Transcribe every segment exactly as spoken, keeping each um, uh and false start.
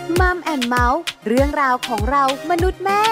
มัมแอนด์เมาส์เรื่องราวของเรามนุษย์แม่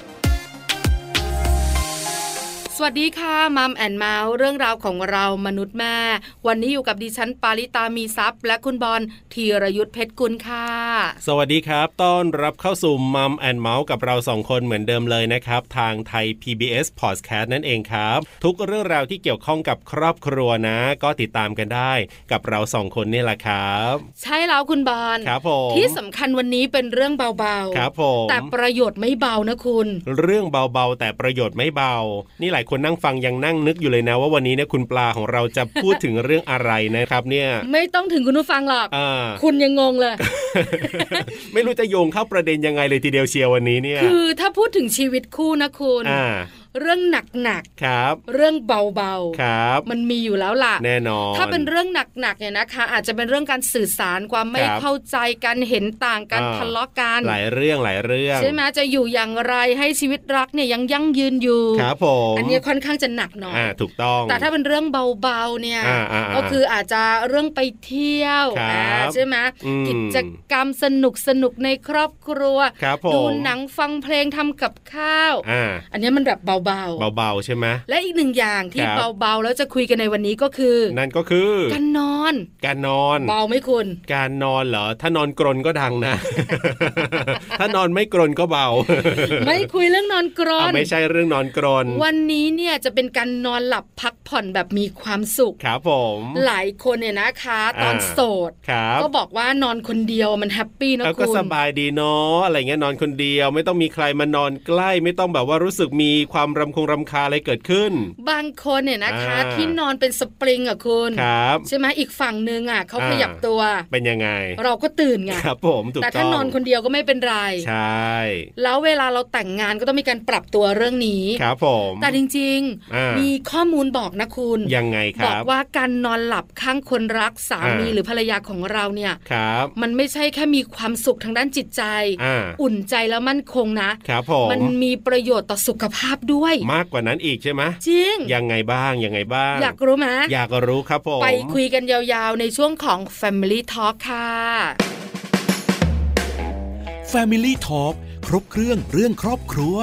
สวัสดีค่ะมัมแอนด์เมาส์เรื่องราวของเรามนุษย์แม่วันนี้อยู่กับดิฉันปาริตามีซัพย์และคุณบอลธีรยุทธเพชรกุลค่ะสวัสดีครับต้อนรับเข้าสู่มัมแอนด์เมาส์กับเราสองคนเหมือนเดิมเลยนะครับทางไทย พี บี เอส Podcast นั่นเองครับทุกเรื่องราวที่เกี่ยวข้องกับครอบครัวนะก็ติดตามกันได้กับเราสองคนนี่แหละครับใช่แล้วคุณบอลครับผมที่สำคัญวันนี้เป็นเรื่องเบาๆครับผมแต่ประโยชน์ไม่เบานะคุณเรื่องเบาๆแต่ประโยชน์ไม่เบานี่หลายคนนั่งฟังยังนั่งนึกอยู่เลยนะว่าวันนี้เนี่ยคุณปลาของเราจะพูดถึงเรื่องอะไรนะครับเนี่ยไม่ต้องถึงคุณผู้ฟังหรอกคุณยังงงเลยไม่รู้จะโยงเข้าประเด็นยังไงเลยทีเดียวเชียววันนี้เนี่ยคือถ้าพูดถึงชีวิตคู่นะคุณเรื่องหนักๆครับเรื่องเบาๆครับมันมีอยู่แล้วล่ะแน่นอนถ้าเป็นเรื่องหนักๆเนี่ยนะคะอาจจะเป็นเรื่องการสื่อสารความไม่เข้าใจกันเห็นต่างกันทะเลาะกันหลายเรื่องหลายเรื่องใช่ไหมจะอยู่อย่างไรให้ชีวิตรักเนี่ยยังยั่งยืนอยู่ครับผมอันนี้ค่อนข้างจะหนักหน่อยอ่าถูกต้องแต่ถ้าเป็นเรื่องเบาๆเนี่ยก็คืออาจจะเรื่องไปเที่ยวใช่ไหมกิจกรรมสนุกสนุกในครอบครัวดูหนังฟังเพลงทำกับข้าวอันนี้มันแบบเบาๆเบาใช่ไหมและอีกหนึ่งอย่างที่เบาๆแล้วจะคุยกันในวันนี้ก็คือนั่นก็คือการนอนการนอนเบาไหมคุณการนอนเหรอถ้านอนกรนก็ดังนะ ถ้านอนไม่กรนก็เบาไม่คุยเรื่องนอนกรนไม่ใช่เรื่องนอนกรนวันนี้เนี่ยจะเป็นการนอนหลับพักผ่อนแบบมีความสุขครับผมหลายคนเนี่ยนะคะตอนโสดก็บอกว่านอนคนเดียวมันแฮปปี้นะคุณก็สบายดีเนาะอะไรเงี้ยนอนคนเดียวไม่ต้องมีใครมานอนใกล้ไม่ต้องแบบว่ารู้สึกมีความรำคงรำคาอะไรเกิดขึ้นบางคนเนี่ยนะคะที่นอนเป็นสปริงอ่ะคุณใช่ไหมอีกฝั่งนึงอ่ะเขาขยับตัวเป็นยังไงเราก็ตื่นไงครับผมถูกต้องแต่ถ้านอนคนเดียวก็ไม่เป็นไรใช่แล้วเวลาเราแต่งงานก็ต้องมีการปรับตัวเรื่องนี้ครับผมแต่จริงๆมีข้อมูลบอกนะคุณยังไงครับบอกว่าการนอนหลับข้างคนรักสามีหรือภรรยาของเราเนี่ยมันไม่ใช่แค่มีความสุขทางด้านจิตใจอุ่นใจแล้วมั่นคงนะครับผมมันมีประโยชน์ต่อสุขภาพด้วยมากกว่านั้นอีกใช่ไหมจริงยังไงบ้างยังไงบ้างอยากรู้ไหมอยากรู้ครับผมไปคุยกันยาวๆในช่วงของ Family Talk ค่ะ Family Talk ครบเครื่องเรื่องครอบครัว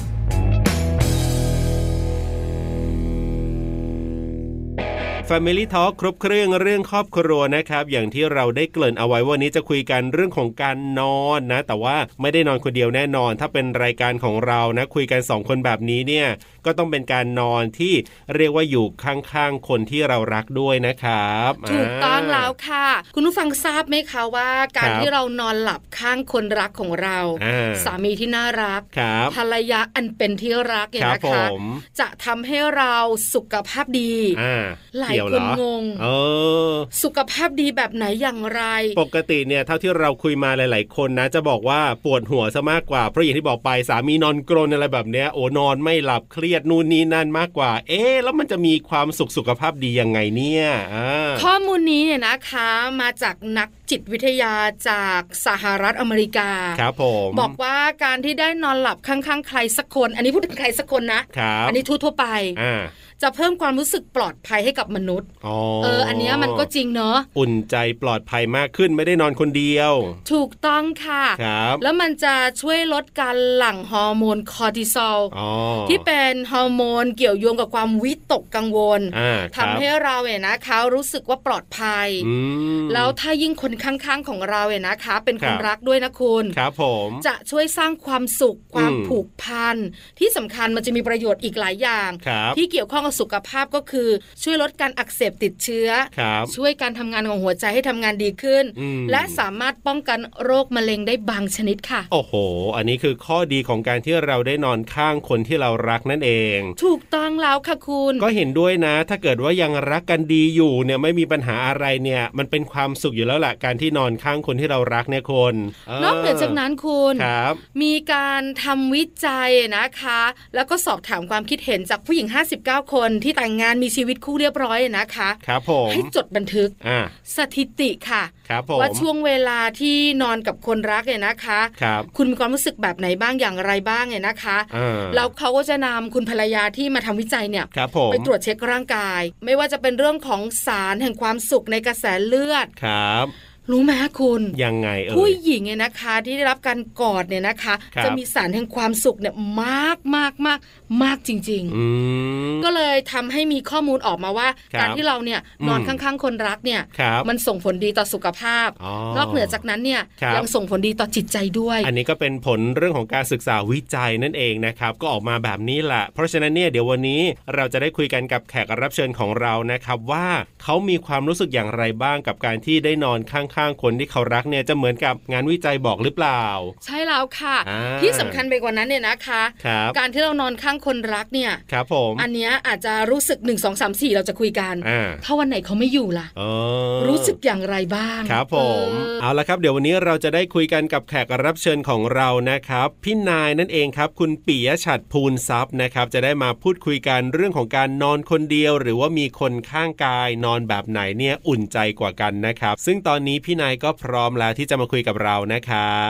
Family Talk ครบเครื่องเรื่องครอบครัวนะครับอย่างที่เราได้เกริ่นเอาไว้วันนี้จะคุยกันเรื่องของการนอนนะแต่ว่าไม่ได้นอนคนเดียวแน่นอนถ้าเป็นรายการของเรานะคุยกันสองคนแบบนี้เนี่ยก็ต้องเป็นการนอนที่เรียกว่าอยู่ข้างๆคนที่เรารักด้วยนะครับถูกต้องแล้วค่ะคุณผู้ฟังทราบไหมคะว่าการที่เรานอนหลับข้างคนรักของเราสามีที่น่ารักภรรยาอันเป็นที่รักเนี่ยนะคะจะทำให้เราสุขภาพดีหลายคนงงเออสุขภาพดีแบบไหนอย่างไรปกติเนี่ยเท่าที่เราคุยมาหลายๆคนนะจะบอกว่าปวดหัวซะมากกว่าเพราะอย่างที่บอกไปสามีนอนกรนอะไรแบบเนี้ยโอ้นอนไม่หลับเครียดนู่นนี่นั่นมากกว่าเอ๊ะแล้วมันจะมีความสุขสุขภาพดียังไงเนี่ยข้อมูลนี้เนี่ยนะคะมาจากนักจิตวิทยาจากสหรัฐอเมริกาครับผมบอกว่าการที่ได้นอนหลับข้างๆใครสักคนอันนี้พูดถึงใครสักคนนะอันนี้ทั่วๆไปจะเพิ่มความรู้สึกปลอดภัยให้กับมนุษย์เอออันนี้มันก็จริงเนาะอุ่นใจปลอดภัยมากขึ้นไม่ได้นอนคนเดียวถูกต้องค่ะครับแล้วมันจะช่วยลดการหลั่งฮอร์โมนคอร์ติซอลที่เป็นฮอร์โมนเกี่ยวโยงกับความวิตกกังวลทำให้เราเนี่ยนะคะรู้สึกว่าปลอดภัยแล้วถ้ายิ่งคนข้างๆของเราเนี่ยนะคะเป็นคนรักด้วยนะคุณครับผมจะช่วยสร้างความสุขความผูกพันที่สำคัญมันจะมีประโยชน์อีกหลายอย่างที่เกี่ยวข้องสุขภาพก็คือช่วยลดการอักเสบติดเชื้อช่วยการทำงานของหัวใจให้ทำงานดีขึ้นและสามารถป้องกันโรคมะเร็งได้บางชนิดค่ะโอ้โหอันนี้คือข้อดีของการที่เราได้นอนข้างคนที่เรารักนั่นเองถูกต้องแล้วค่ะคุณก็เห็นด้วยนะถ้าเกิดว่ายังรักกันดีอยู่เนี่ยไม่มีปัญหาอะไรเนี่ยมันเป็นความสุขอยู่แล้วแหละการที่นอนข้างคนที่เรารักเนี่ยคนนอกเหนือจากนั้นคุณมีการทำวิจัยนะคะแล้วก็สอบถามความคิดเห็นจากผู้หญิงห้าสิบเก้าคนที่แต่งงานมีชีวิตคู่เรียบร้อยนะคะครับผมให้จดบันทึกสถิติค่ะว่าช่วงเวลาที่นอนกับคนรักเนี่ยนะคะคุณมีความรู้สึกแบบไหนบ้างอย่างไรบ้างเนี่ยนะคะแล้วเขาก็จะนำคุณภรรยาที่มาทำวิจัยเนี่ยไปตรวจเช็คร่างกายไม่ว่าจะเป็นเรื่องของสารแห่งความสุขในกระแสเลือดครับรู้ไหมคุณยังไงเอ่ยผู้หญิงเนี่ยนะคะที่ได้รับการกอดเนี่ยนะคะจะมีสารแห่งความสุขเนี่ยมากมากมากมากจริงๆก็เลยทำให้มีข้อมูลออกมาว่าการที่เราเนี่ยนอนข้างๆคนรักเนี่ยมันส่งผลดีต่อสุขภาพนอกเหนือจากนั้นเนี่ยยังส่งผลดีต่อจิตใจด้วยอันนี้ก็เป็นผลเรื่องของการศึกษาวิจัยนั่นเองนะครับก็ออกมาแบบนี้แหละเพราะฉะนั้นเนี่ยเดี๋ยววันนี้เราจะได้คุยกันกับแขกรับเชิญของเรานะครับว่าเขามีความรู้สึกอย่างไรบ้างกับการที่ได้นอนข้างๆคนที่เขารักเนี่ยจะเหมือนกับงานวิจัยบอกหรือเปล่าใช่แล้วค่ะที่สำคัญไปกว่านั้นเนี่ยนะคะการที่เรานอนข้างคนรักเนี่ยครับผมอันเนี้ยอาจจะรู้สึกหนึ่ง สอง สาม สี่เราจะคุยกันถ้าวันไหนเขาไม่อยู่ล่ะรู้สึกอย่างไรบ้างครับผมเออ เอาละครับเดี๋ยววันนี้เราจะได้คุยกันกับแขกรับเชิญของเรานะครับพี่นายนั่นเองครับคุณปิยะฉัตรภูลทรัพย์นะครับจะได้มาพูดคุยกันเรื่องของการนอนคนเดียวหรือว่ามีคนข้างกายนอนแบบไหนเนี่ยอุ่นใจกว่ากันนะครับซึ่งตอนนี้พี่นายก็พร้อมแล้วที่จะมาคุยกับเรานะครับ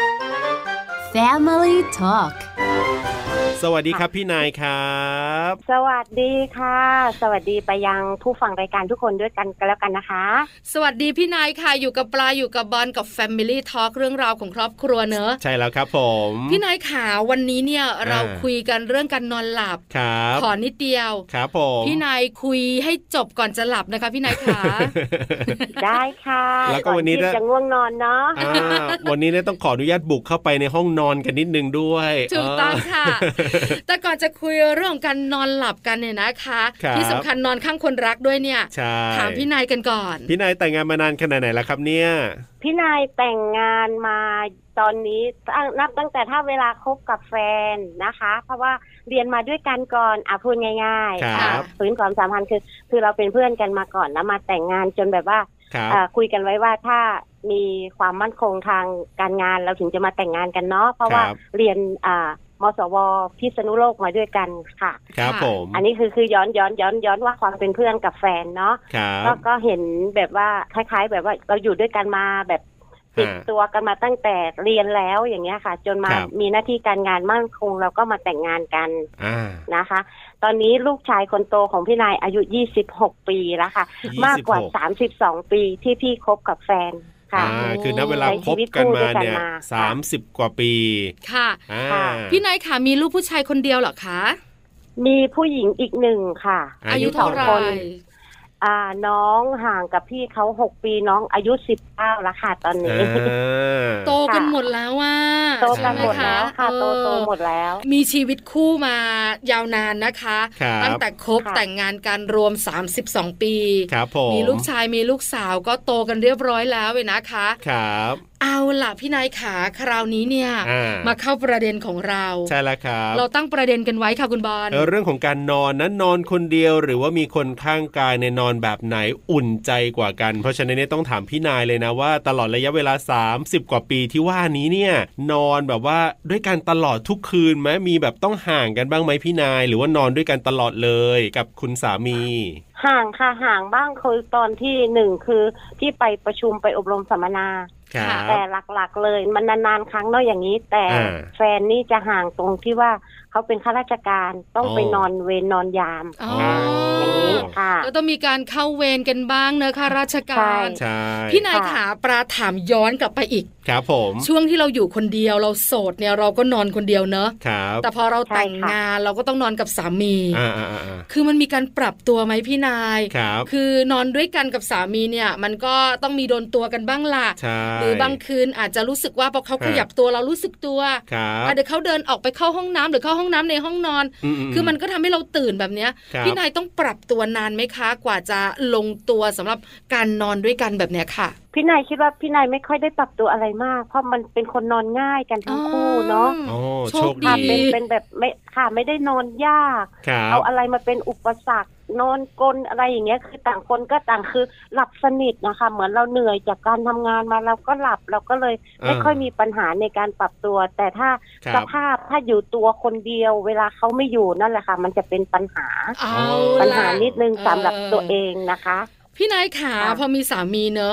Family Talk สวัสดีครับพี่นายครับสวัสดีค่ะสวัสดีไปยังผู้ฟังรายการทุกคนด้วยกันกันแล้วกันนะคะสวัสดีพี่นายค่ะอยู่กับปลาอยู่กับบอลกับ Family Talk เรื่องราวของครอบครัวเนอะใช่แล้วครับผมพี่นายขาวันนี้เนี่ยเราคุยกันเรื่องการนอนหลับครับขอนิดเดียวครับผมพี่นายคุยให้จบก่อนจะหลับนะคะพี่นายขาได้ค่ะแล้วก็วันนี้จะง่วงนอนเนาะวันนี้เนี่ยต้องขออนุญาตบุกเข้าไปในห้องนอนกันนิดนึงด้วยถูกต้องค่ะแต่ก่อนจะคุยเรื่องการนอนหลับกันเนี่ยนะคะที่สำคัญนอนข้างคนรักด้วยเนี่ยถามพี่นายกันก่อนพี่นายแต่งงานมานานขนาดไหนแล้วครับเนี่ยพี่นายแต่งงานมาตอนนี้นับตั้งแต่ถ้าเวลาคบกับแฟนนะคะเพราะว่าเรียนมาด้วยกันก่อนอ่ะพูดง่ายๆค่ะพื้นความสัมพันธ์คือคือเราเป็นเพื่อนกันมาก่อนแล้วมาแต่งงานจนแบบว่าคุยกันไว้ว่าถ้ามีความมั่นคงทางการงานเราถึงจะมาแต่งงานกันเนาะเพราะว่าเรียนอ่ามสวพิษณุโลกมาด้วยกันค่ะครับผมอันนี้คือคือย้อนย้อนย้อนย้อนว่าความเป็นเพื่อนกับแฟนเนาะก็ก็เห็นแบบว่าคล้ายๆแบบว่าเราอยู่ด้วยกันมาแบบติดตัวกันมาตั้งแต่เรียนแล้วอย่างเงี้ยค่ะจนมามีหน้าที่การงานมั่นคงเราก็มาแต่งงานกันนะคะตอนนี้ลูกชายคนโตของพี่นายอายุยี่สิบหกปีแล้วค่ะมากกว่าสามสิบสองปีที่พี่คบกับแฟนค่ะคือณเวลาคบกันมาเนี่ยสามสิบกว่าปีค่ะพี่นายค่ะมีลูกผู้ชายคนเดียวเหรอคะมีผู้หญิงอีกหนึ่งค่ะอายุเท่าไหร่อ่าน้องห่างกับพี่เขาหกปีน้องอายุสิบเก้าแล้วค่ะตอนนี้โตกันหมดแล้วว่าโตกันหมดแล้วค่ะโตโตหมดแล้วมีชีวิตคู่มายาวนานนะคะตั้งแต่คบแต่งงานกันรวมสามสิบสองปีมีลูกชายมีลูกสาวก็โตกันเรียบร้อยแล้วเว้ยนะคะครับเอาล่ะพี่นายขาคราวนี้เนี่ยมาเข้าประเด็นของเราใช่แล้วครับเราตั้งประเด็นกันไว้ค่ะคุณบอลเรื่องของการนอนนั้นนอนคนเดียวหรือว่ามีคนข้างกายในนอนแบบไหนอุ่นใจกว่ากันเพราะฉะนั้นเนี่ยต้องถามพี่นายเลยนะว่าตลอดระยะเวลาสามสิบกว่าปีที่ว่านี้เนี่ยนอนแบบว่าด้วยกันตลอดทุกคืนไหมมีแบบต้องห่างกันบ้างไหมพี่นายหรือว่านอนด้วยกันตลอดเลยกับคุณสามีห่างค่ะห่างบ้างคือตอนที่หนึ่งคือที่ไปประชุมไปอบรมสัมมนาแต่หลักๆเลยมันนานๆครั้งเนาะอย่างนี้แต่แฟนนี่จะห่างตรงที่ว่าเขาเป็นข้าราชการต้องไปนอนเวรนอนยามอย่างนี้ค่ะก็ต้องมีการเข้าเวรกันบ้างเนอะข้าราชการพี่นายขาปลาถามย้อนกลับไปอีกครับผมช่วงที่เราอยู่คนเดียวเราโสดเนี่ยเราก็นอนคนเดียวเนอะแต่พอเราแต่งงานเราก็ต้องนอนกับสามีคือมันมีการปรับตัวไหมพี่นายคือนอนด้วยกันกับสามีเนี่ยมันก็ต้องมีโดนตัวกันบ้างล่ะหรือบางคืนอาจจะรู้สึกว่าพอเขาขยับตัวเรารู้สึกตัวเดี๋ยวเขาเดินออกไปเข้าห้องน้ำหรือเข้าห้องน้ำในห้องนอนคือมันก็ทำให้เราตื่นแบบเนี้ยพี่นายต้องปรับตัวนานไหมคะกว่าจะลงตัวสำหรับการนอนด้วยกันแบบเนี้ยค่ะพี่นายคิดว่าพี่นายไม่ค่อยได้ปรับตัวอะไรมากเพราะมันเป็นคนนอนง่ายกันทั้งคู่เนาะโชคดีเป็นเป็นแบบไม่ค่ะไม่ได้นอนยากเอาอะไรมาเป็นอุปสรรคนอนกลนอะไรอย่างเงี้ยคือต่างคนก็ต่างคือหลับสนิทนะคะเหมือนเราเหนื่อยจากการทำงานมาเราก็หลับเราก็เลยไม่ค่อยมีปัญหาในการปรับตัวแต่ถ้าสภาพถ้าอยู่ตัวคนเดียวเวลาเขาไม่อยู่นั่นแหละค่ะมันจะเป็นปัญหาปัญหานิดนึงสำหรับตัวเองนะคะพี่นายขาพอมีสามีเนอะ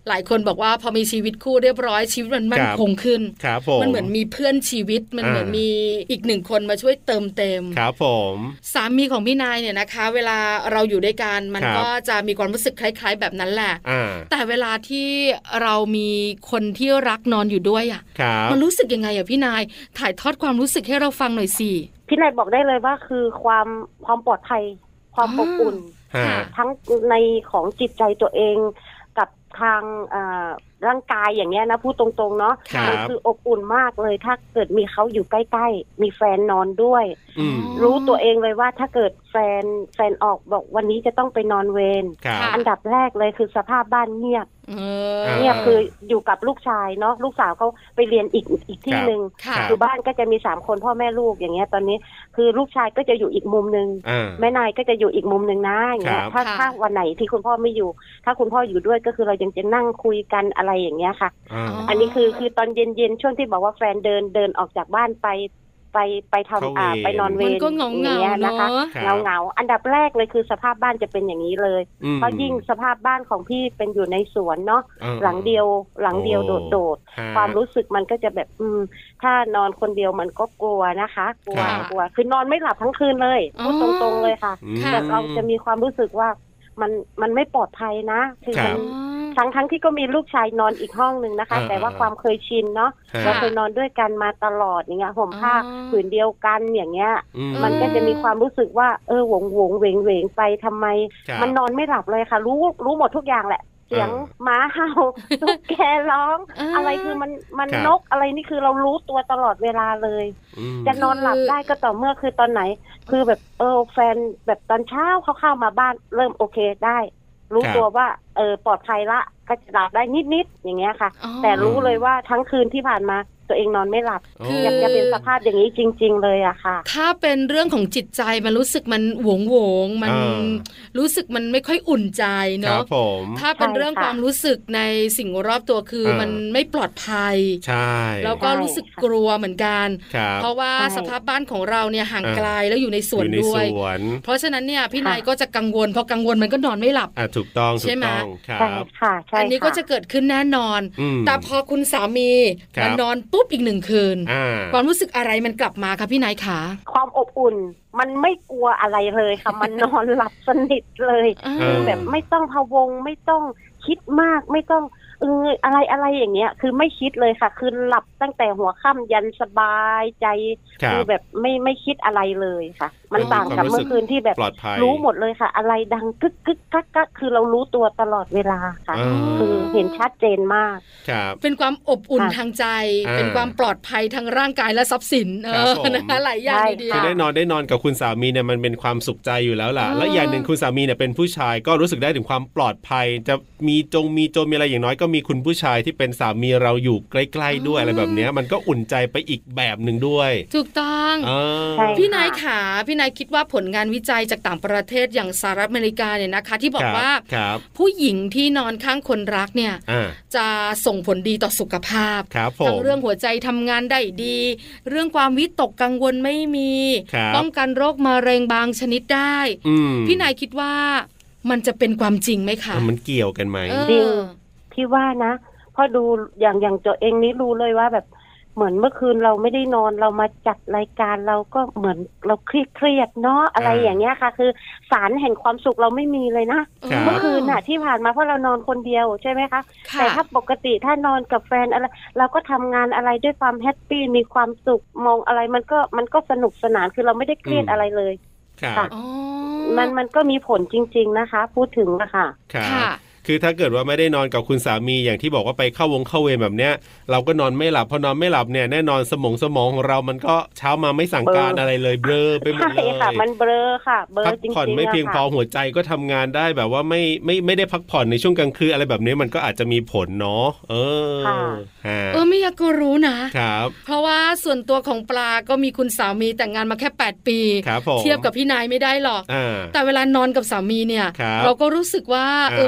หลายคนบอกว่าพอมีชีวิตคู่เรียบร้อยชีวิตมันมั่นคงขึ้นมันเหมือนมีเพื่อนชีวิตมันเหมือนมีอีกหนึ่งคนมาช่วยเติมเต็มครับผมสามีของพี่นายเนี่ยนะคะเวลาเราอยู่ด้วยกันมันก็จะมีความรู้สึกคล้ายๆแบบนั้นแหละแต่เวลาที่เรามีคนที่รักนอนอยู่ด้วยอ่ะมันรู้สึกยังไงอ่ะพี่นายถ่ายทอดความรู้สึกให้เราฟังหน่อยสิพี่นายบอกได้เลยว่าคือความความปลอดภัยความอบอุ่นทั้งในของจิตใจตัวเองกับทางร่างกายอย่างเงี้ยนะพูดตรงๆเนาะมันคืออบอุ่นมากเลยถ้าเกิดมีเขาอยู่ใกล้ๆมีแฟนนอนด้วยรู้ตัวเองเลยว่าถ้าเกิดแฟนแฟนออกบอกวันนี้จะต้องไปนอนเวรอันดับแรกเลยคือสภาพบ้านเงียบเงียบคืออยู่กับลูกชายเนาะลูกสาวเขาไปเรียนอีกอีกที่นึงอยู่บ้านก็จะมีสามคนพ่อแม่ลูกอย่างเงี้ยตอนนี้คือลูกชายก็จะอยู่อีกมุมนึงแม่นายก็จะอยู่อีกมุมนึงนะอย่างเงี้ยถ้าถ้าวันไหนที่คุณพ่อไม่อยู่ถ้าคุณพ่ออยู่ด้วยก็คือเรายังจะนั่งคุยกันอะไรอย่างเงี้ยค่ะอันนี้คือคือตอนเย็นๆช่วงที่บอกว่าแฟนเดินเดินออกจากบ้านไปไปไปทำอ่าไปนอนเวรอย่างเงี้ยนะคะเงาเงาอันดับแรกเลยคือสภาพบ้านจะเป็นอย่างนี้เลยเพราะยิ่งสภาพบ้านของพี่เป็นอยู่ในสวนเนาะหลังเดียวหลังเดียวโดดๆความรู้สึกมันก็จะแบบอืมถ้านอนคนเดียวมันก็กลัวนะคะกลัวกลัวคือนอนไม่หลับทั้งคืนเลยพูดตรงๆเลยค่ะแต่เราจะมีความรู้สึกว่ามันมันไม่ปลอดภัยนะคือมันทั้งทั้งที่ก็มีลูกชายนอนอีกห้องนึงนะคะแต่ว่าความเคยชินเนาะเราเคยนอนด้วยกันมาตลอดอย่างเงี้ยห่มผ้าผืนเดียวกันอย่างเงี้ยมันก็จะมีความรู้สึกว่าเออหวงหวงเวงเวงไปทำไมมันนอนไม่หลับเลยค่ะรู้รู้หมดทุกอย่างแหละเสียงหมาเห่าตุ๊กแกร้องอะไรคือมันมันนกอะไรนี่คือเรารู้ตัวตลอดเวลาเลยจะนอนหลับได้ก็ต่อเมื่อคือตอนไหนคือแบบเออแฟนแบบตอนเช้าเขาเข้ามาบ้านเริ่มโอเคได้รู้ตัวว่าเออปลอดภัยละก็จะหลับได้นิดๆอย่างเงี้ยค่ะแต่รู้เลยว่าทั้งคืนที่ผ่านมาตัวเองนอนไม่หลับยังจะเป็นสภาพอย่างนี้จริงๆเลยอะค่ะถ้าเป็นเรื่องของจิตใจมันรู้สึกมันหวงหวงมันรู้สึกมันไม่ค่อยอุ่นใจเนาะถ้าเป็นเรื่องความรู้สึกในสิ่งรอบตัวคือมันไม่ปลอดภัยใช่แล้วก็รู้สึกกลัวเหมือนกันเพราะว่าสภาพบ้านของเราเนี่ยห่างไกลแล้วอยู่ในสวนด้วยเพราะฉะนั้นเนี่ยพี่นายก็จะกังวลพอกังวลมันก็นอนไม่หลับอ่ะถูกต้องใช่ไหมครับอันนี้ก็จะเกิดขึ้นแน่นอนแต่พอคุณสามีมันนอนปุ๊บอีกหนึ่งคืนความรู้สึกอะไรมันกลับมาคะพี่นายขาความอบอุ่นมันไม่กลัวอะไรเลยค่ะมันนอนหลับสนิทเลยคือแบบไม่ต้องพะวงไม่ต้องคิดมากไม่ต้องเอออะไรอะไรอย่างเงี้ยคือไม่คิดเลยค่ะคือหลับตั้งแต่หัวค่ำยันสบายใจคือแบบไม่ไม่คิดอะไรเลยค่ะมันต่างกับเมื่อคืนที่แบบรู้หมดเลยค่ะอะไรดังกึกกึกกักกักคือเรารู้ตัวตลอดเวลาค่ะคือเห็นชัดเจนมากเป็นความอบอุ่นทางใจเป็นความปลอดภัยทางร่างกายและทรัพย์สินเออนะคะหลายอย่างดีคือได้นอนได้นอนกับคุณสามีเนี่ยมันเป็นความสุขใจอยู่แล้วล่ะและอย่างหนึ่งคุณสามีเนี่ยเป็นผู้ชายก็รู้สึกได้ถึงความปลอดภัยจะมีจงมีโจรมีอะไรอย่างน้อยก็มีคุณผู้ชายที่เป็นสามีเราอยู่ใกล้ๆด้วยอะไรแบบนี้มันก็อุ่นใจไปอีกแบบนึงด้วยถูกต้องพี่นายขาพี่นายคิดว่าผลงานวิจัยจากต่างประเทศอย่างสหรัฐอเมริกาเนี่ยนะคะที่บอกว่าผู้หญิงที่นอนข้างคนรักเนี่ยจะส่งผลดีต่อสุขภาพทั้งเรื่องหัวใจทำงานได้ดีเรื่องความวิตกกังวลไม่มีป้องกันโรคมะเร็งบางชนิดได้พี่นายคิดว่ามันจะเป็นความจริงไหมคะมันเกี่ยวกันไหมจริงพี่ว่านะพอดูอย่างอย่างตัวเองนี้รู้เลยว่าแบบเหมือนเมื่อคืนเราไม่ได้นอนเรามาจัดรายการเราก็เหมือนเราเครียดเครียดเนาะอะไรอย่างเงี้ยค่ะคือสารแห่งความสุขเราไม่มีเลยนะเมื่อคืนน่ะที่ผ่านมาเพราะเรานอนคนเดียวใช่ไหมคะแต่ถ้าปกติถ้านอนกับแฟนอะไรเราก็ทำงานอะไรด้วยความแฮปปี้มีความสุขมองอะไรมันก็มันก็สนุกสนานคือเราไม่ได้เครียดอะไรเลยค่ะมันมันก็มีผลจริงๆนะคะพูดถึงนะคะค่ะคือถ้าเกิดว่าไม่ได้นอนกับคุณสามีอย่างที่บอกว่าไปเข้าวงเข้าเวรแบบเนี้ยเราก็นอนไม่หลับพอนอนไม่หลับเนี่ยแน่นอนสมองสมองของเรามันก็เช้ามาไม่สั่งการอะไรเลยเบลอไปหมดเลยใช่ค่ะมันเบลอค่ะเบลอจริงๆพักผ่อนไม่เพียงพอหัวใจก็ทำงานได้แบบว่าไม่ไม่ไม่ได้พักผ่อนในช่วงกลางคืนอะไรแบบนี้มันก็อาจจะมีผลเนาะเออเออไม่อยากก็รู้นะครับเพราะว่าส่วนตัวของปลาก็มีคุณสามีแต่งงานมาแค่แปดปีเทียบกับพี่นายไม่ได้หรอกแต่เวลานอนกับสามีเนี่ยเราก็รู้สึกว่าเออมันแฮปปี้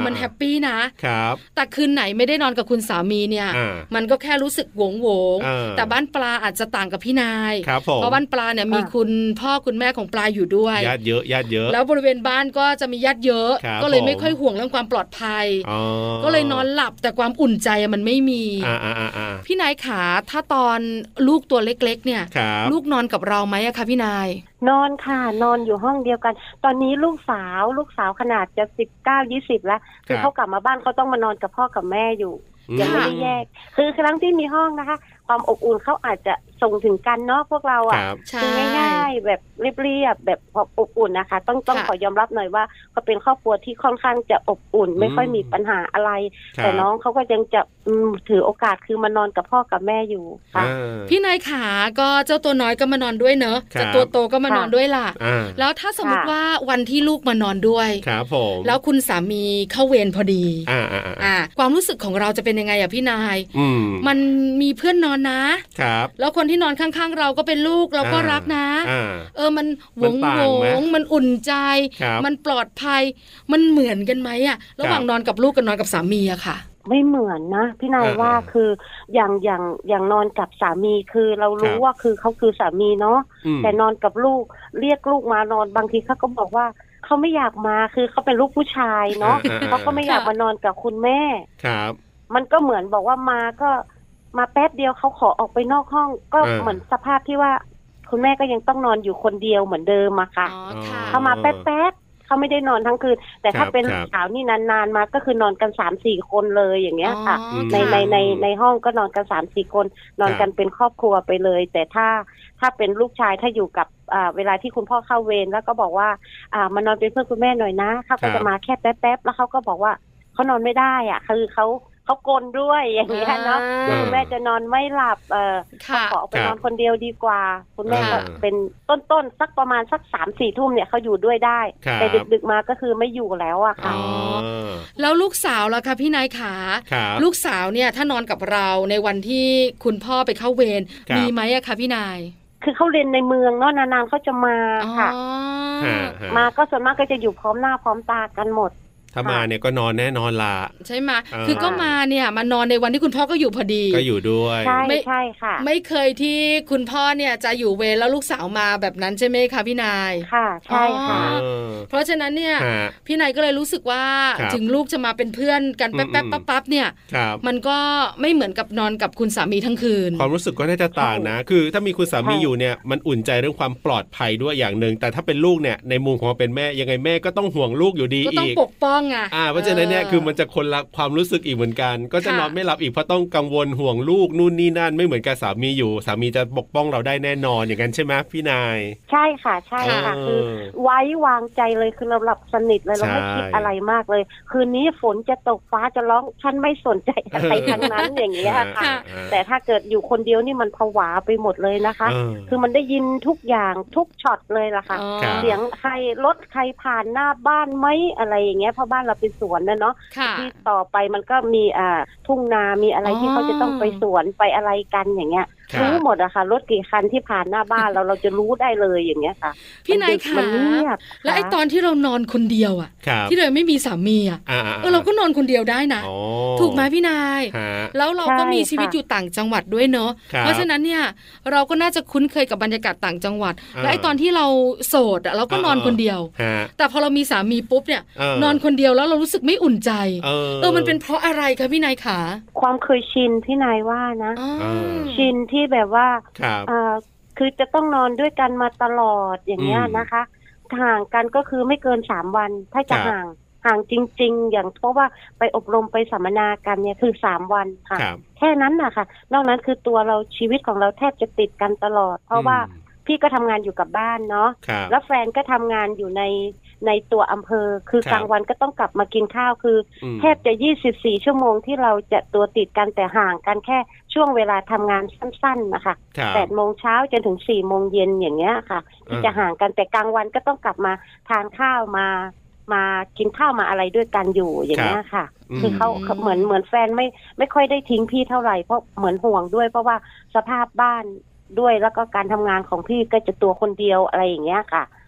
ปี้นะครับแต่คืนไหนไม่ได้นอนกับคุณสามีเนี่ยมันก็แค่รู้สึกโหวงโหวงแต่บ้านปลาอาจจะต่างกับพี่นายเพราะบ้านปลาเนี่ยมีคุณพ่อคุณแม่ของปลาอยู่ด้วยญาติเยอะญาติเยอะแล้วบริเวณบ้านก็จะมีญาติเยอะก็เลยไม่ค่อยห่วงเรื่องความปลอดภัยก็เลยนอนหลับแต่ความอุ่นใจมันไม่มีพี่นายขาถ้าตอนลูกตัวเล็กๆเนี่ยลูกนอนกับเราไหมอะคะพี่นายนอนค่ะนอนอยู่ห้องเดียวกันตอนนี้ลูกสาวลูกสาวขนาดจะสิบเก้า ยี่สิบแล้วคือเขากลับมาบ้านเขาต้องมานอนกับพ่อกับแม่อยู่ยังไม่ได้แยกคือครั้งที่มีห้องนะคะความอบอุ่นเขาอาจจะส่งถึงกันเนาะพวกเราอ่ะคือง่ายๆแบบเรียบๆแบบอบอุ่นนะคะต้องต้องขอยอมรับหน่อยว่าเขาเป็นครอบครัวที่ค่อนข้างจะอบอุ่นไม่ค่อยมีปัญหาอะไรแต่น้องเขาก็ยังจะถือโอกาสคือมานอนกับพ่อกับแม่อยู่ค่ะพี่นายขาก็เจ้าตัวน้อยก็มานอนด้วยเนอะจะตัวโตก็มานอนด้วยล่ะแล้วถ้าสมมติว่าวันที่ลูกมานอนด้วยแล้วคุณสามีเข้าเวรพอดีอ่าความรู้สึกของเราจะเป็นยังไงอะพี่นายมันมีเพื่อนนอนนะครับแล้วคนที่นอนข้างๆเราก็เป็นลูกเราก็รักนะเออมันหวงหวงมันอุ่นใจมันปลอดภัยมันเหมือนกันไหมอะระหว่างนอนกับลูกกับนอนกับสามีอะค่ะไม่เหมือนนะพี่นายว่าคืออย่างอย่างอย่างนอนกับสามีคือเรารู้ว่าคือเขาคือสามีเนาะแต่นอนกับลูกเรียกลูกมานอนบางทีเขาก็บอกว่าเขาไม่อยากมาคือเขาเป็นลูกผู้ชายเนาะเขาก็ไม่อยากมานอนกับคุณแม่ครับมันก็เหมือนบอกว่ามาก็มาแป๊บเดียวเขาขอออกไปนอกห้องก็เหมือนสภาพที่ว่าคุณแม่ก็ยังต้องนอนอยู่คนเดียวเหมือนเดิมอะค่ะเขามาแป๊บๆเขาไม่ได้นอนทั้งคืนแต่ถ้าเป็นสาวนี่นานๆมาก็คือนอนกัน สามสี่ คนเลยอย่างเงี้ยค่ะในในในในห้องก็นอนกัน สามสี่ คนนอนกันเป็นครอบครัวไปเลยแต่ถ้าถ้าเป็นลูกชายถ้าอยู่กับอ่าเวลาที่คุณพ่อเข้าเวรแล้วก็บอกว่าอ่ามานอนเป็นเพื่อนคุณแม่หน่อยนะเขาก็จะมาแค่แป๊บๆแล้วเขาก็บอกว่าเขานอนไม่ได้อ่ะคือเขาเขากลด้วยอย่างนี้เนาะคุณแม่จะนอนไม่หลับเออขอไปนอนคนเดียวดีกว่าคุณแม่ก็เป็นต้นๆสักประมาณสัก สามสี่ ทุ่มเนี่ยเขาอยู่ด้วยได้แต่ดึกๆมาก็คือไม่อยู่แล้วอะค่ะแล้วลูกสาวล่ะคะพี่นายขาลูกสาวเนี่ยถ้านอนกับเราในวันที่คุณพ่อไปเข้าเวรมีไหมอะคะพี่นายคือเขาเรียนในเมืองเนาะนานๆเขาจะมาค่ะมาก็ส่วนมากก็จะอยู่พร้อมหน้าพร้อมตากันหมดถ้ามาเนี่ยก็นอนแน่นอนละใช่ไหมคือก็มาเนี่ยมานอนในวันที่คุณพ่อก็อยู่พอดีก็อยู่ด้วยใช่ใช่ค่ะไม่เคยที่คุณพ่อเนี่ยจะอยู่เวรแล้วลูกสาวมาแบบนั้นใช่ไหมคะพี่นายค่ะใช่ค่ะเพราะฉะนั้นเนี่ยพี่นายก็เลยรู้สึกว่าถึงลูกจะมาเป็นเพื่อนกันแป๊บแป๊บปั๊บปั๊บเนี่ยมันก็ไม่เหมือนกับนอนกับคุณสามีทั้งคืนความรู้สึกก็น่าจะต่างนะคือถ้ามีคุณสามีอยู่เนี่ยมันอุ่นใจเรื่องความปลอดภัยด้วยอย่างนึงแต่ถ้าเป็นลูกเนี่ยในมุมของเป็นแม่ยังไงแม่ก็ต้องห่วงลูกอยู่ดีอีกก็ต้องปกป้องอ่าเพราะฉะนั้นเนี่ยคือมันจะคนละความรู้สึกอีกเหมือนกันก็จะนอนไม่หลับอีกเพราะต้องกังวลห่วงลูกนู่นนี่นั่นไม่เหมือนกับสามีอยู่สามีจะปกป้องเราได้แน่นอนอย่างนั้นใช่ไหมพี่นายใช่ค่ะใช่ค่ะคือไว้วางใจเลยคือเราหลับสนิทเลยเราไม่คิดอะไรมากเลยคืนนี้ฝนจะตกฟ้าจะร้องฉันไม่สนใจอะไรทั้งนั้นอย่างเงี้ยค่ะแต่ถ้าเกิดอยู่คนเดียวนี่มันผวาไปหมดเลยนะคะคือมันได้ยินทุกอย่างทุกช็อตเลยล่ะค่ะเสียงใครรถใครผ่านหน้าบ้านไหมอะไรอย่างเงี้ยเพราะบ้านเราเป็นสวนนะเนาะที่ต่อไปมันก็มีอ่าทุ่งนามีอะไรที่เขาจะต้องไปสวนไปอะไรกันอย่างเงี้ยรู้หมดอะค่ะรถกี่คันที่ผ่านหน้าบ้านเราเราจะรู้ได้เลยอย่างเงี้ยค่ะพี่นายค่ะแล้วไอ้ตอนที่เรานอนคนเดียวอะที่เราไม่มีสามีอะเออเราก็นอนคนเดียวได้นะถูกไหมพี่นายแล้วเราก็มีชีวิตอยู่ต่างจังหวัดด้วยเนาะเพราะฉะนั้นเนี่ยเราก็น่าจะคุ้นเคยกับบรรยากาศต่างจังหวัดและไอ้ตอนที่เราโสดอะเราก็นอนคนเดียวแต่พอเรามีสามีปุ๊บเนี่ยนอนคนเดียวแล้วเรารู้สึกไม่อุ่นใจเออมันเป็นเพราะอะไรคะพี่นายขาความเคยชินพี่นายว่านะชินที่แบบว่าคือจะต้องนอนด้วยกันมาตลอดอย่างเงี้ยนะคะห่างกันก็คือไม่เกินสามวันถ้าจะห่างห่างจริงๆอย่างเพราะว่าไปอบรมไปสัมมนากันเนี่ยคือสามวันค่ะแค่นั้นนะคะนอกนั้นคือตัวเราชีวิตของเราแทบจะติดกันตลอดเพราะว่าพี่ก็ทำงานอยู่กับบ้านเนาะแล้วแฟนก็ทำงานอยู่ในในตัวอำเภอคือกลางวันก็ต้องกลับมากินข้าวคือแทบจะยี่สิบสี่ชั่วโมงที่เราจะตัวติดกันแต่ห่างกันแค่ช่วงเวลาทำงานสั้นๆนะคะแปดโมงเช้าจนถึงสี่โมงเย็นอย่างเงี้ยค่ะที่จะห่างกันแต่กลางวันก็ต้องกลับมาทานข้าวมามากินข้าวมาอะไรด้วยกันอยู่อย่างเงี้ยค่ะคือเขาเหมือนเหมือนแฟนไม่ไม่ค่อยได้ทิ้งพี่เท่าไหร่เพราะเหมือนห่วงด้วยเพราะว่าสภาพบ้านด้วยแล้วก็การทำงานของพี่ก็จะตัวคนเดียวอะไรอย่างเงี้ยค่ะ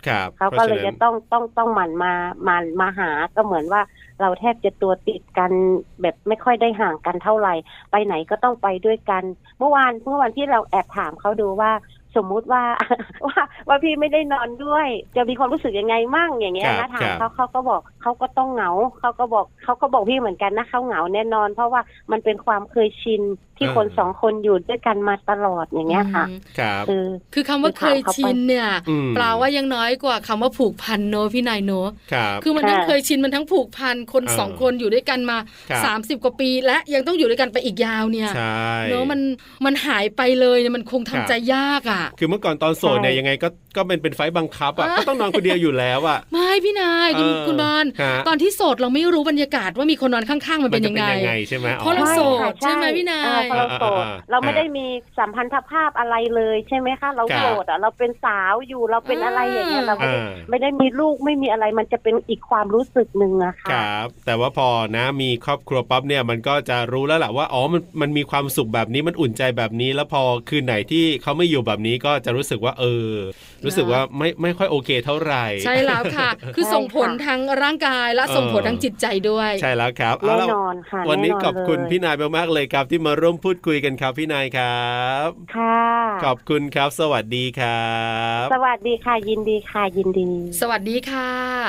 เขาก็เลยจะต้องต้องต้องหมั่นมามามาหาก็เหมือนว่าเราแทบจะตัวติดกันแบบไม่ค่อยได้ห่างกันเท่าไหร่ไปไหนก็ต้องไปด้วยกันเมื่อวานเมื่อวันที่เราแอบถามเขาดูว่าสมมุติว่าว่าว่าพี่ไม่ได้นอนด้วยจะมีความรู้สึกยังไงมั่งอย่างเงี้ยนะถามเขาเขาก็บอกเขาก็ต้องเหงาเขาก็บอกเขาก็บอกพี่เหมือนกันนะเขาเหงาแน่นอนเพราะว่ามันเป็นความเคยชินที่คนสองคนอยู่ด้วยกันมาตลอดอย่างเงี้ยค่ะคือคือคำว่าเคยชินเนี่ยแปลว่ายังน้อยกว่าคำว่าผูกพันโนพี่นายโนคือมันทั้งเคยชินมันทั้งผูกพันคนสองคนอยู่ด้วยกันมาสามสิบกว่าปีและยังต้องอยู่ด้วยกันไปอีกยาวเนี่ยเนอะมันมันหายไปเลยเนี่ยมันคงทำใจยากอ่ะคือเมื่อก่อนตอนโสดเนี่ยยังไงก็ก็เป็นเป็นไฟบังคับอ่ะก็ต้องนอนคนเดียวอยู่แล้วอ่ะไม่พี่นายคุณคุณบอลตอนที่โสดเราไม่รู้บรรยากาศว่ามีคนนอนข้างๆมันเป็นยังไงใช่ไหมเพราะเราโสดใช่ไหมพี่นายเราโสดเราไม่ได้มีสัมพันธภาพอะไรเลยใช่ไหมคะเราโสดอ่ะเราเป็นสาวอยู่เราเป็นอะไรอย่างเงี้ยเราไม่ได้ไม่ได้มีลูกไม่มีอะไรมันจะเป็นอีกความรู้สึกนึงอะค่ะครับแต่ว่าพอนะมีครอบครัวปั๊บเนี่ยมันก็จะรู้แล้วแหละว่าอ๋อมันมันมีความสุขแบบนี้มันอุ่นใจแบบนี้แล้วพอคืนไหนที่เขาไม่อยู่แบบนี้ก็จะรู้สึกว่าเออรู้สึกว่าไม่ไม่ค่อยโอเคเท่าไหร่ใช่แล้วค่ะคือส่งผลทางร่างกายและส่งผลทางจิตใจด้วยใช่แล้วครับแน่นอนค่ะวันนี้ขอบคุณพี่นายมากๆเลยครับที่มาร่วมพูดคุยกันครับพี่นายครับค่ะขอบคุณครับสวัสดีครับสวัสดีค่ะยินดีค่ะยินดีสวัสดีค่ะ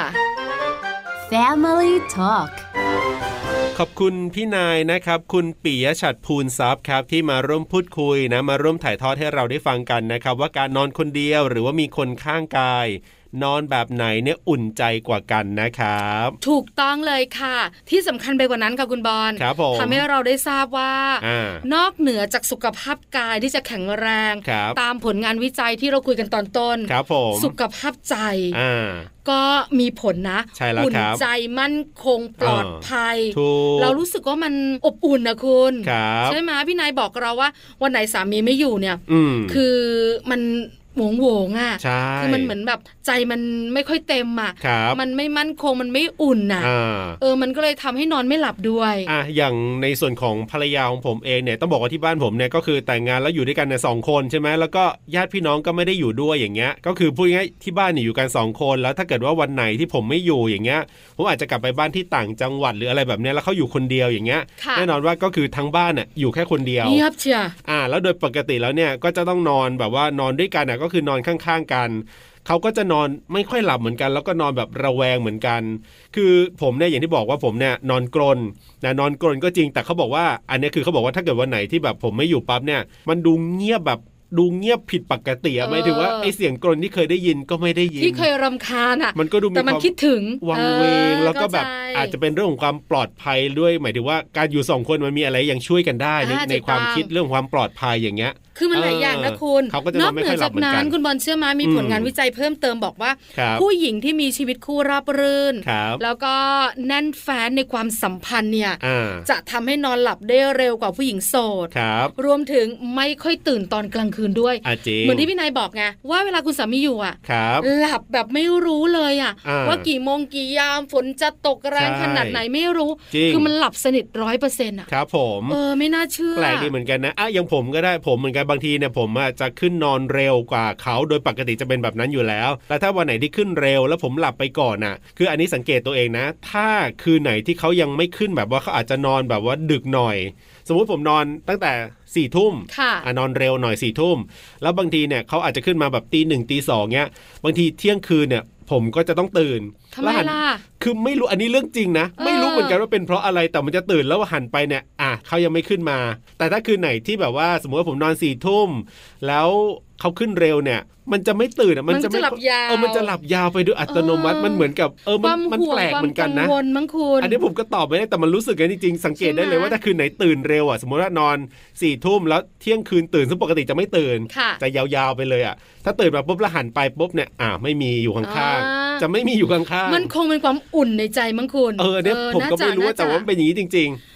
Family Talk ขอบคุณพี่นายนะครับคุณปิยะฉัตรภูลทรัพย์ครับที่มาร่วมพูดคุยนะมาร่วมถ่ายทอดให้เราได้ฟังกันนะครับว่าการนอนคนเดียวหรือว่ามีคนข้างกายนอนแบบไหนเนี่ยอุ่นใจกว่ากันนะครับถูกต้องเลยค่ะที่สำคัญไปกว่านั้นค่ะคุณบอลทำให้เราได้ทราบว่านอกเหนือจากสุขภาพกายที่จะแข็งแรงตามผลงานวิจัยที่เราคุยกันตอนต้นสุขภาพใจก็มีผลนะอุ่นใจมั่นคงปลอดภัยเรารู้สึกว่ามันอบอุ่นนะคุณใช่ไหมพี่นายบอกเราว่าวันไหนสามีไม่อยู่เนี่ยคือมันโหงโหงอ่ะคือมันเหมือนแบบใจมันไม่ค่อยเต็มอ่ะมันไม่มั่นคงมันไม่อุ่นอ่ะเออมันก็เลยทำให้นอนไม่หลับด้วยอ่ะอย่างในส่วนของภรรยาของผมเองเนี่ยต้องบอกว่าที่บ้านผมเนี่ยก็คือแต่งงานแล้วอยู่ด้วยกันเนี่ยสองคนใช่ไหมแล้วก็ญาติพี่น้องก็ไม่ได้อยู่ด้วยอย่างเงี้ยก็คือพูดง่ายๆที่บ้านเนี่ยอยู่กันสองคนแล้วถ้าเกิดว่าวันไหนที่ผมไม่อยู่อย่างเงี้ยผมอาจจะกลับไปบ้านที่ต่างจังหวัดหรืออะไรแบบเนี้ยแล้วเขาอยู่คนเดียวอย่างเงี้ยแน่นอนว่าก็คือทั้งบ้านน่ะอยู่แค่คนเดียวเงียบเชียอ่าแล้วโดยปกติแล้วเนี่ยก็จะต้องนอนแบบว่านอนด้วยกันน่ะก็คือนอนข้างๆกันเขาก็จะนอนไม่ค่อยหลับเหมือนกันแล้วก็นอนแบบระแวงเหมือนกันคือผมเนี่ยอย่างที่บอกว่าผมเนี่ยนอนกรนนะนอนกรนก็จริงแต่เขาบอกว่าอันนี้คือเขาบอกว่าถ้าเกิดวันไหนที่แบบผมไม่อยู่ปั๊บเนี่ยมันดูเงียบแบบดูเงียบผิดปกติอะหมายถึงว่าไอเสียงกรนที่เคยได้ยินก็ไม่ได้ยินที่เคยรำคาญอะมันก็ดูมีความคิดถึงวังเวงแล้วก็แบบอาจจะเป็นเรื่องของความปลอดภัยด้วยหมายถึงว่าการอยู่สองคนมันมีอะไรยังช่วยกันได้ในในความคิดเรื่องความปลอดภัยอย่างเงี้ยคือมันหลายอย่างนะคุณนอกเหนือจากนั้นคุณบอลเชื่อมามีผลงานวิจัยเพิ่มเติมบอกว่าผู้หญิงที่มีชีวิตคู่ราบรื่นแล้วก็แน่นแฟ้นในความสัมพันธ์เนี่ยจะทำให้นอนหลับได้เร็วกว่าผู้หญิงโสดรวมถึงไม่ค่อยตื่นตอนกลางคืนด้วยเหมือนที่พี่นายบอกไงว่าเวลาคุณสามีอยู่อ่ะหลับแบบไม่รู้เลยอ่ะว่ากี่โมงกี่ยามฝนจะตกแรงขนาดไหนไม่รู้คือมันหลับสนิทร้อยเปอร์เซ็นต์อ่ะครับผมเออไม่น่าเชื่อแปลกดีเหมือนกันนะอ่ะอย่างผมก็ได้ผมเหมือนกันบางทีเนี่ยผมจะขึ้นนอนเร็วกว่าเขาโดยปกติจะเป็นแบบนั้นอยู่แล้วแต่ถ้าวันไหนที่ขึ้นเร็วแล้วผมหลับไปก่อนน่ะคืออันนี้สังเกตตัวเองนะถ้าคืนไหนที่เขายังไม่ขึ้นแบบว่าเขาอาจจะนอนแบบว่าดึกหน่อยสมมุติผมนอนตั้งแต่สี่ทุ่มอ่ะนอนเร็วหน่อยสี่ทุ่มแล้วบางทีเนี่ยเขาอาจจะขึ้นมาแบบตีหนึ่งตีสองเงี้ยบางทีเที่ยงคืนเนี่ยผมก็จะต้องตื่นทำไมล่ะคือไม่รู้อันนี้เรื่องจริงนะไม่รู้เหมือนกันว่าเป็นเพราะอะไรแต่มันจะตื่นแล้วหันไปเนี่ยอ่ะเขายังไม่ขึ้นมาแต่ถ้าคืนไหนที่แบบว่าสมมติว่าผมนอนสี่ทุ่มแล้วเขาขึ้นเร็วเนี่ยมันจะไม่ตื่นอ่ะมันจะไม่เออมันจะหลับยาวไปด้วยอัตโนมัติมันเหมือนกับเออมันมันแปลกเหมือนกันนะอันนี้ผมก็ตอบไม่ได้แต่มันรู้สึกกันจริงๆสังเกตได้เลยว่าถ้าคืนไหนตื่นเร็วอ่ะสมมติว่านอนสี่ทุ่มแล้วเที่ยงคืนตื่นซึ่งปกติจะไม่ตื่นจะยาวๆไปเลยอ่ะถ้าตื่นมาปุ๊บแล้วหันไปปุ๊บเนี่ยอ่ะไม่มีอยู่ข้างๆจะไม่มีอยู่ข้างๆมันคงเป็นความอุ่นในใจมั้งคุณเออเนี่ยผมก็ไม่รู้แต่ว่าเป็นอย่างนี้จริงๆ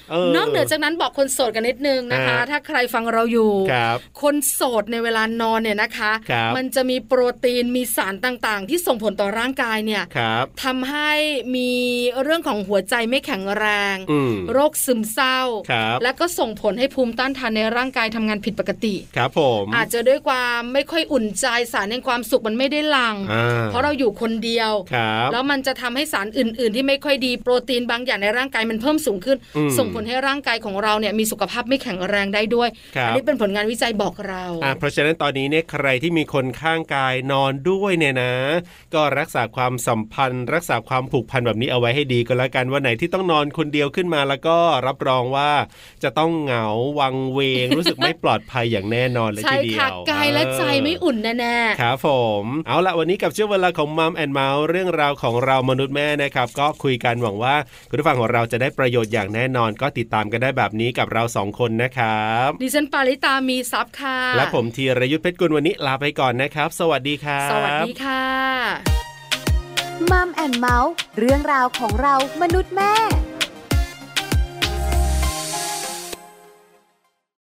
นอกเหนือจากนั้นบอกคนโสดกันนิดนึงนะคะถ้าใครฟังเราอยู่คนโสดในเวลานอนเนี่ยนะคะมันจะมีโปรตีนมีสารต่างๆที่ส่งผลต่อร่างกายเนี่ยทำให้มีเรื่องของหัวใจไม่แข็งแรงโรคซึมเศร้าและก็ส่งผลให้ภูมิต้านทานในร่างกายทำงานผิดปกติครับผมอาจจะด้วยความไม่ค่อยอุ่นใจสารแห่งความสุขมันไม่ได้หลั่งเพราะเราอยู่คนเดียวแล้วมันจะทำให้สารอื่นๆที่ไม่ค่อยดีโปรตีนบางอย่างในร่างกายมันเพิ่มสูงขึ้นส่งผลให้ร่างกายของเราเนี่ยมีสุขภาพไม่แข็งแรงได้ด้วยอันนี้เป็นผลงานวิจัยบอกเราเพราะฉะนั้นตอนนี้เนี่ยใครที่มีคนข้างกายนอนด้วยเนี่ยนะก็รักษาความสัมพันธ์รักษาความผูกพันแบบนี้เอาไว้ให้ดีก็แล้วกันวันไหนที่ต้องนอนคนเดียวขึ้นมาแล้วก็รับรองว่าจะต้องเหงาวังเวง รู้สึกไม่ปลอดภัยอย่างแน่นอนเลยทีเดียวใช่ค่ะกายและใจไม่อุ่นแน่ๆครับผมเอาละวันนี้กับช่วงเวลาของมัมแอนด์เมาส์เรื่องราวของเรามนุษย์แม่นะครับก็คุยกันหวังว่าคุณผู้ฟังของเราจะได้ประโยชน์อย่างแน่นอนก็ติดตามกันได้แบบนี้กับเราสองคนนะครับดิฉันปาริตามีซับค่ะและผมธีรยุทธเพชรกุลวันนี้ลาไปก่อนนะครับสวัสดีครับสวัสดีค่ะมัมแอนด์เมาส์เรื่องราวของเรามนุษย์แม่